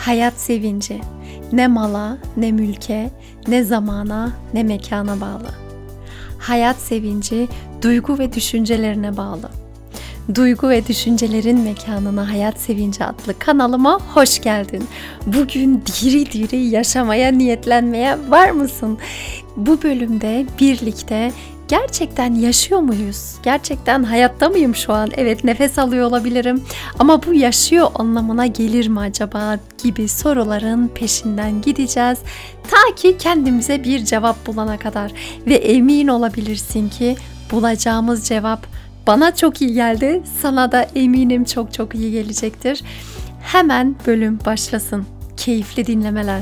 Hayat sevinci ne mala, ne mülke, ne zamana, ne mekana bağlı. Hayat sevinci duygu ve düşüncelerine bağlı. Duygu ve düşüncelerin mekanına Hayat Sevinci adlı kanalıma hoş geldin. Bugün diri diri yaşamaya niyetlenmeye var mısın? Bu bölümde birlikte gerçekten yaşıyor muyuz? Gerçekten hayatta mıyım şu an? Evet, nefes alıyor olabilirim ama bu yaşıyor anlamına gelir mi acaba gibi soruların peşinden gideceğiz. Ta ki kendimize bir cevap bulana kadar ve emin olabilirsin ki bulacağımız cevap bana çok iyi geldi. Sana da eminim çok çok iyi gelecektir. Hemen bölüm başlasın. Keyifli dinlemeler.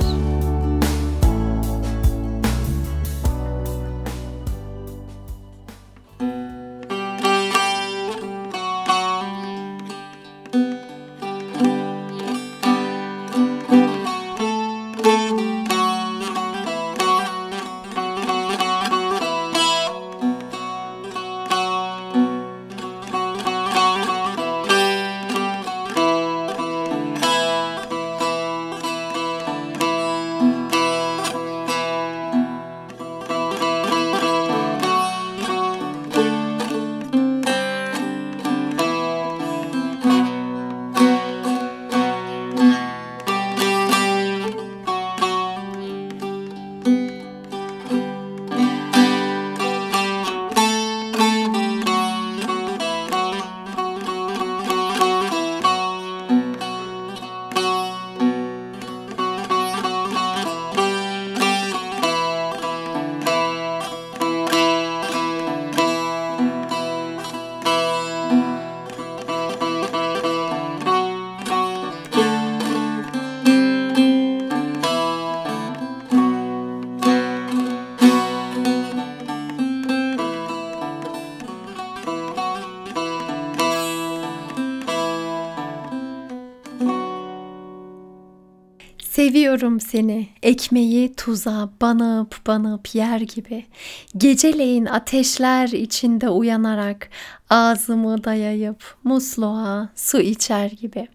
Seviyorum seni, ekmeği tuza banıp banıp yer gibi. Geceleyin ateşler içinde uyanarak ağzımı dayayıp musluğa su içer gibi.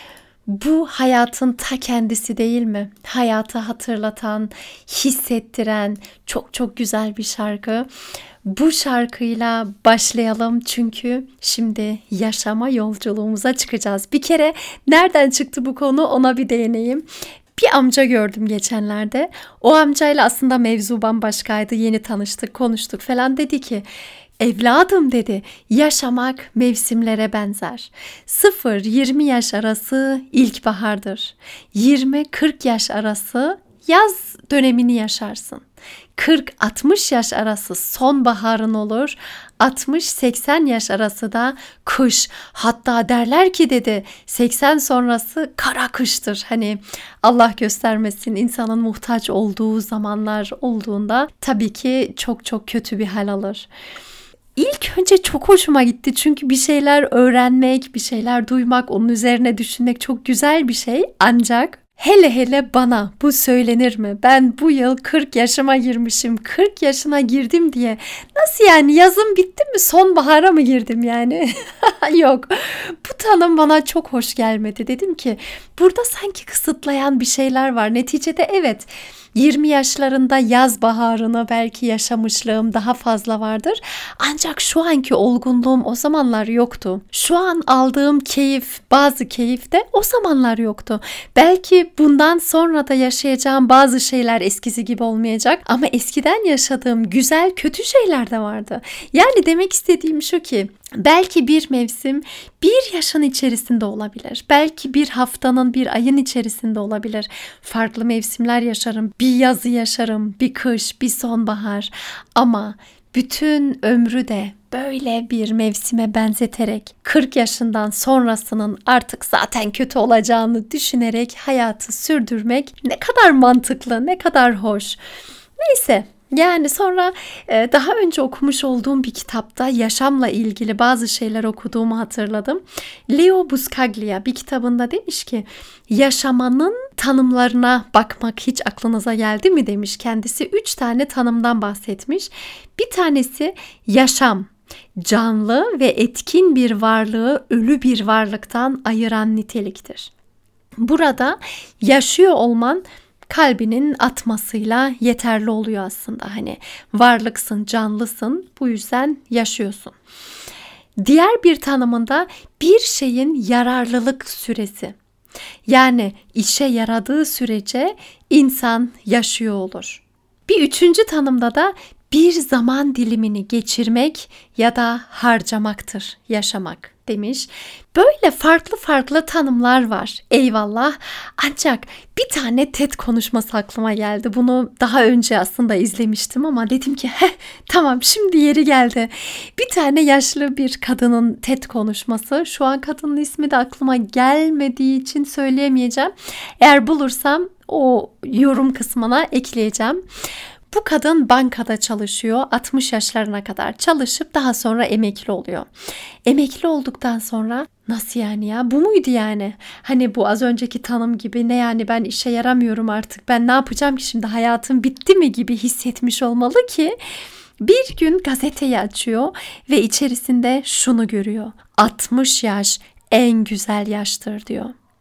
Bu hayatın ta kendisi değil mi? Hayatı hatırlatan, hissettiren çok çok güzel bir şarkı. Bu şarkıyla başlayalım çünkü şimdi yaşama yolculuğumuza çıkacağız. Bir kere nereden çıktı bu konu ona bir değineyim. Bir amca gördüm geçenlerde. O amcayla aslında mevzu bambaşkaydı. Yeni tanıştık, konuştuk falan. Dedi ki, evladım dedi, yaşamak mevsimlere benzer. 0-20 yaş arası ilkbahardır. 20-40 yaş arası yaz dönemini yaşarsın. 40-60 yaş arası sonbaharın olur. 60-80 yaş arası da kış. Hatta derler ki dedi 80 sonrası kara kıştır. Hani Allah göstermesin, insanın muhtaç olduğu zamanlar olduğunda tabii ki çok çok kötü bir hal alır. İlk önce çok hoşuma gitti çünkü bir şeyler öğrenmek, bir şeyler duymak, onun üzerine düşünmek çok güzel bir şey. Ancak hele hele bana bu söylenir mi? Ben bu yıl 40 yaşıma girmişim. 40 yaşına girdim diye. Nasıl yani, yazım bitti mi? Sonbahara mı girdim yani? Yok. Bu tanım bana çok hoş gelmedi. Dedim ki burada sanki kısıtlayan bir şeyler var. Neticede evet, 20 yaşlarında yaz baharını belki yaşamışlığım daha fazla vardır. Ancak şu anki olgunluğum o zamanlar yoktu. Şu an aldığım keyif, bazı keyif de o zamanlar yoktu. Belki bundan sonra da yaşayacağım bazı şeyler eskisi gibi olmayacak ama eskiden yaşadığım güzel, kötü şeyler de vardı. Yani demek istediğim şu ki, belki bir mevsim bir yaşın içerisinde olabilir. Belki bir haftanın, bir ayın içerisinde olabilir. Farklı mevsimler yaşarım. Bir yazı yaşarım, bir kış, bir sonbahar. Ama bütün ömrü de böyle bir mevsime benzeterek 40 yaşından sonrasının artık zaten kötü olacağını düşünerek hayatı sürdürmek ne kadar mantıklı, ne kadar hoş. Neyse. Yani sonra daha önce okumuş olduğum bir kitapta yaşamla ilgili bazı şeyler okuduğumu hatırladım. Leo Buscaglia bir kitabında demiş ki, yaşamanın tanımlarına bakmak hiç aklınıza geldi mi demiş. Kendisi 3 tane tanımdan bahsetmiş. Bir tanesi yaşam, canlı ve etkin bir varlığı ölü bir varlıktan ayıran niteliktir. Burada yaşıyor olman kalbinin atmasıyla yeterli oluyor aslında. Hani varlıksın, canlısın, bu yüzden yaşıyorsun. Diğer bir tanımında bir şeyin yararlılık süresi. Yani işe yaradığı sürece insan yaşıyor olur. Bir üçüncü tanımda da bir zaman dilimini geçirmek ya da harcamaktır yaşamak demiş. Böyle farklı farklı tanımlar var. Eyvallah. Ancak bir tane TED konuşması aklıma geldi. Bunu daha önce aslında izlemiştim ama dedim ki tamam, şimdi yeri geldi. Bir tane yaşlı bir kadının TED konuşması. Şu an kadının ismi de aklıma gelmediği için söyleyemeyeceğim. Eğer bulursam o yorum kısmına ekleyeceğim. Bu kadın bankada çalışıyor. 60 yaşlarına kadar çalışıp daha sonra emekli oluyor. Emekli olduktan sonra nasıl yani ya? Bu muydu yani? Hani bu az önceki tanım gibi, ne yani ben işe yaramıyorum artık, ben ne yapacağım ki şimdi, hayatım bitti mi gibi hissetmiş olmalı ki bir gün gazeteyi açıyor ve içerisinde şunu görüyor. 60 yaş en güzel yaştır diyor.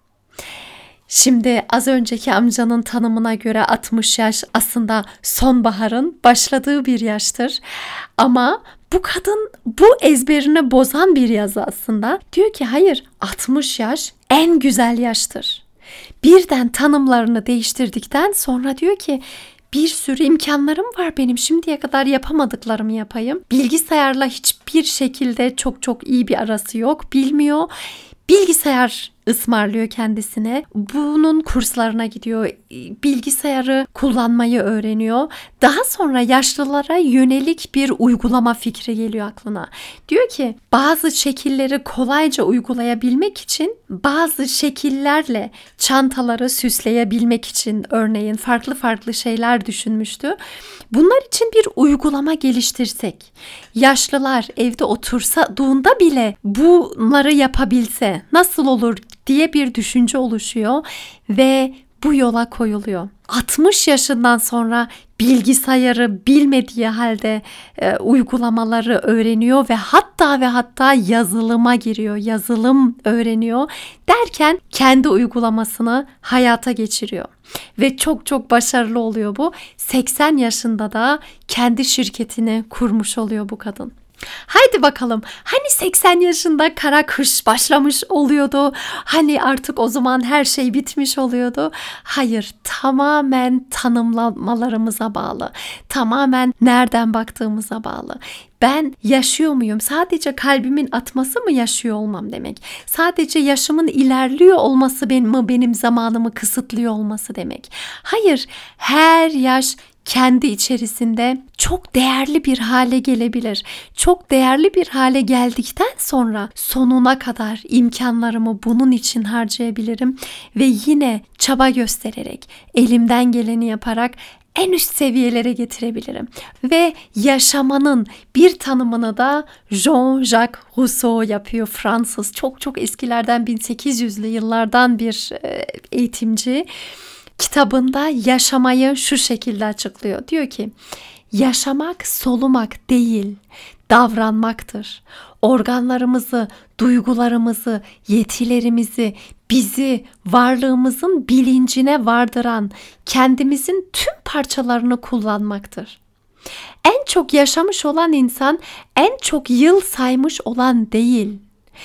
Şimdi az önceki amcanın tanımına göre 60 yaş aslında sonbaharın başladığı bir yaştır. Ama bu kadın bu ezberini bozan bir yazı aslında. Diyor ki hayır, 60 yaş en güzel yaştır. Birden tanımlarını değiştirdikten sonra diyor ki bir sürü imkanlarım var benim, şimdiye kadar yapamadıklarımı yapayım. Bilgisayarla hiçbir şekilde çok iyi bir arası yok, bilmiyor. Bilgisayar ısmarlıyor kendisine. Bunun kurslarına gidiyor. Bilgisayarı kullanmayı öğreniyor. Daha sonra yaşlılara yönelik bir uygulama fikri geliyor aklına. Diyor ki bazı şekilleri kolayca uygulayabilmek için bazı şekillerle çantaları süsleyebilmek için örneğin farklı şeyler düşünmüştü. Bunlar için bir uygulama geliştirsek, yaşlılar evde oturduğunda bile bunları yapabilse nasıl olur diye bir düşünce oluşuyor ve bu yola koyuluyor. 60 yaşından sonra bilgisayarı bilmediği halde uygulamaları öğreniyor ve hatta yazılıma giriyor, yazılım öğreniyor derken kendi uygulamasını hayata geçiriyor. Ve çok başarılı oluyor bu. 80 yaşında da kendi şirketini kurmuş oluyor bu kadın. Haydi bakalım, hani 80 yaşında kara kış başlamış oluyordu, hani artık o zaman her şey bitmiş oluyordu. Hayır, tamamen tanımlamalarımıza bağlı, tamamen nereden baktığımıza bağlı. Ben yaşıyor muyum? Sadece kalbimin atması mı yaşıyor olmam demek? Sadece yaşımın ilerliyor olması benim zamanımı kısıtlıyor olması demek? Hayır, her yaş kendi içerisinde çok değerli bir hale gelebilir. Çok değerli bir hale geldikten sonra sonuna kadar imkanlarımı bunun için harcayabilirim ve yine çaba göstererek, elimden geleni yaparak en üst seviyelere getirebilirim. Ve yaşamanın bir tanımını da Jean-Jacques Rousseau yapıyor, Fransız. Çok eskilerden, 1800'lü yıllardan bir eğitimci. Kitabında yaşamayı şu şekilde açıklıyor. Diyor ki, yaşamak solumak değil, davranmaktır. Organlarımızı, duygularımızı, yetilerimizi, bizi varlığımızın bilincine vardıran kendimizin tüm parçalarını kullanmaktır. En çok yaşamış olan insan en çok yıl saymış olan değil,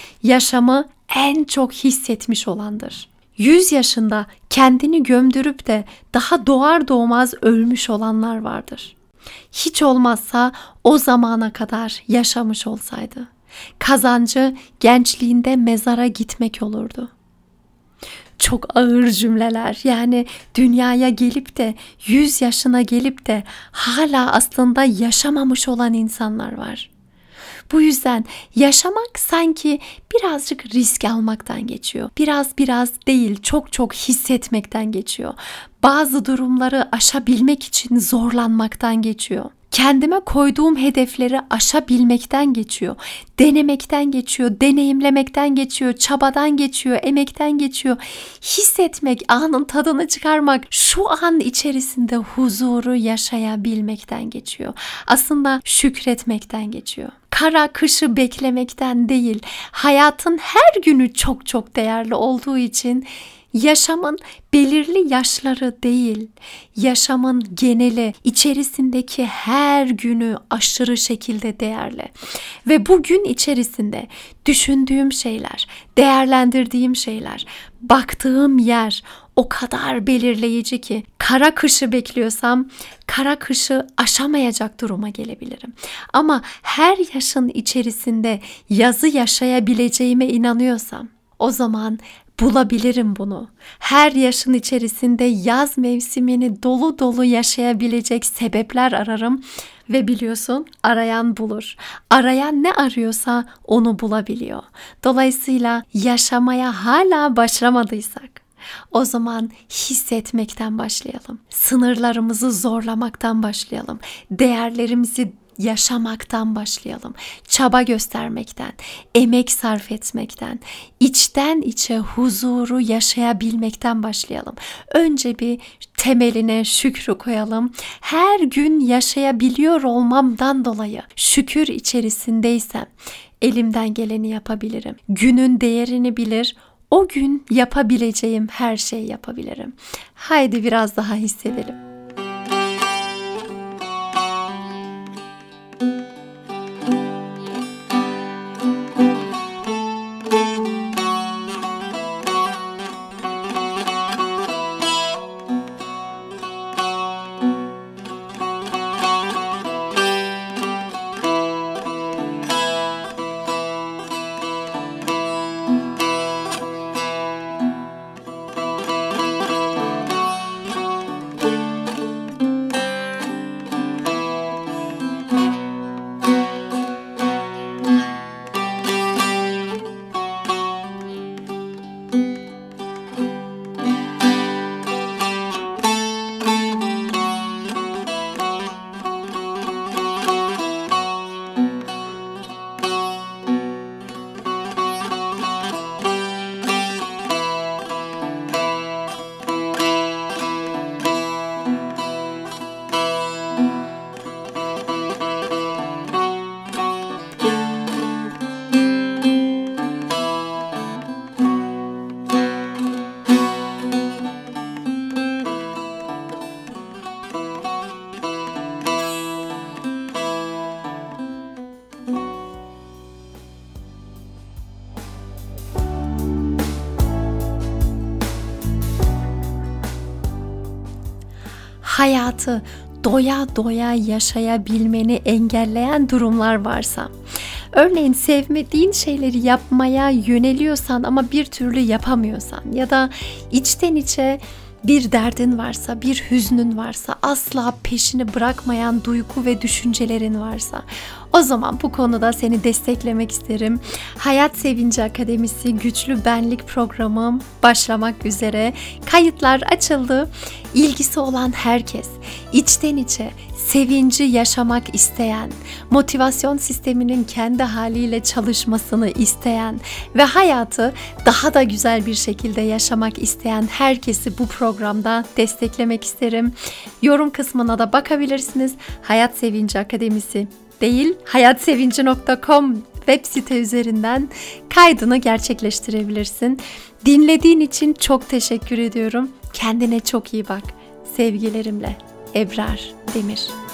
yaşamı en çok hissetmiş olandır. 100 yaşında kendini gömdürüp de daha doğar doğmaz ölmüş olanlar vardır. Hiç olmazsa o zamana kadar yaşamış olsaydı, kazancı gençliğinde mezara gitmek olurdu. Çok ağır cümleler, yani dünyaya gelip de 100 yaşına gelip de hala aslında yaşamamış olan insanlar var. Bu yüzden yaşamak sanki birazcık risk almaktan geçiyor. Biraz değil, çok hissetmekten geçiyor. Bazı durumları aşabilmek için zorlanmaktan geçiyor. Kendime koyduğum hedefleri aşabilmekten geçiyor. Denemekten geçiyor, deneyimlemekten geçiyor, çabadan geçiyor, emekten geçiyor. Hissetmek, anın tadını çıkarmak, şu an içerisinde huzuru yaşayabilmekten geçiyor. Aslında şükretmekten geçiyor. Kara kışı beklemekten değil, hayatın her günü çok değerli olduğu için Yaşamın belirli yaşları değil, yaşamın geneli, içerisindeki her günü aşırı şekilde değerli. Ve bu gün içerisinde düşündüğüm şeyler, değerlendirdiğim şeyler, baktığım yer o kadar belirleyici ki kara kışı bekliyorsam kara kışı aşamayacak duruma gelebilirim. Ama her yaşın içerisinde yazı yaşayabileceğime inanıyorsam o zaman bulabilirim bunu. Her yaşın içerisinde yaz mevsimini dolu dolu yaşayabilecek sebepler ararım ve biliyorsun arayan bulur. Arayan ne arıyorsa onu bulabiliyor. Dolayısıyla yaşamaya hala başlamadıysak o zaman hissetmekten başlayalım. Sınırlarımızı zorlamaktan başlayalım. Değerlerimizi yaşamaktan başlayalım. Çaba göstermekten, emek sarf etmekten, içten içe huzuru yaşayabilmekten başlayalım. Önce bir temeline şükrü koyalım. Her gün yaşayabiliyor olmamdan dolayı şükür içerisindeysem elimden geleni yapabilirim. Günün değerini bilir, o gün yapabileceğim her şeyi yapabilirim. Haydi biraz daha hissedelim. Hayatı doya doya yaşayabilmeni engelleyen durumlar varsa, örneğin sevmediğin şeyleri yapmaya yöneliyorsan ama bir türlü yapamıyorsan ya da içten içe bir derdin varsa, bir hüznün varsa, asla peşini bırakmayan duygu ve düşüncelerin varsa, o zaman bu konuda seni desteklemek isterim. Hayat Sevinci Akademisi Güçlü Benlik programım başlamak üzere. Kayıtlar açıldı. İlgisi olan herkes, içten içe sevinci yaşamak isteyen, motivasyon sisteminin kendi haliyle çalışmasını isteyen ve hayatı daha da güzel bir şekilde yaşamak isteyen herkesi bu programda desteklemek isterim. Yorum kısmına da bakabilirsiniz. Hayat Sevinci Akademisi değil, hayatsevinci.com web site üzerinden kaydını gerçekleştirebilirsin. Dinlediğin için çok teşekkür ediyorum. Kendine çok iyi bak. Sevgilerimle Ebrar Demir.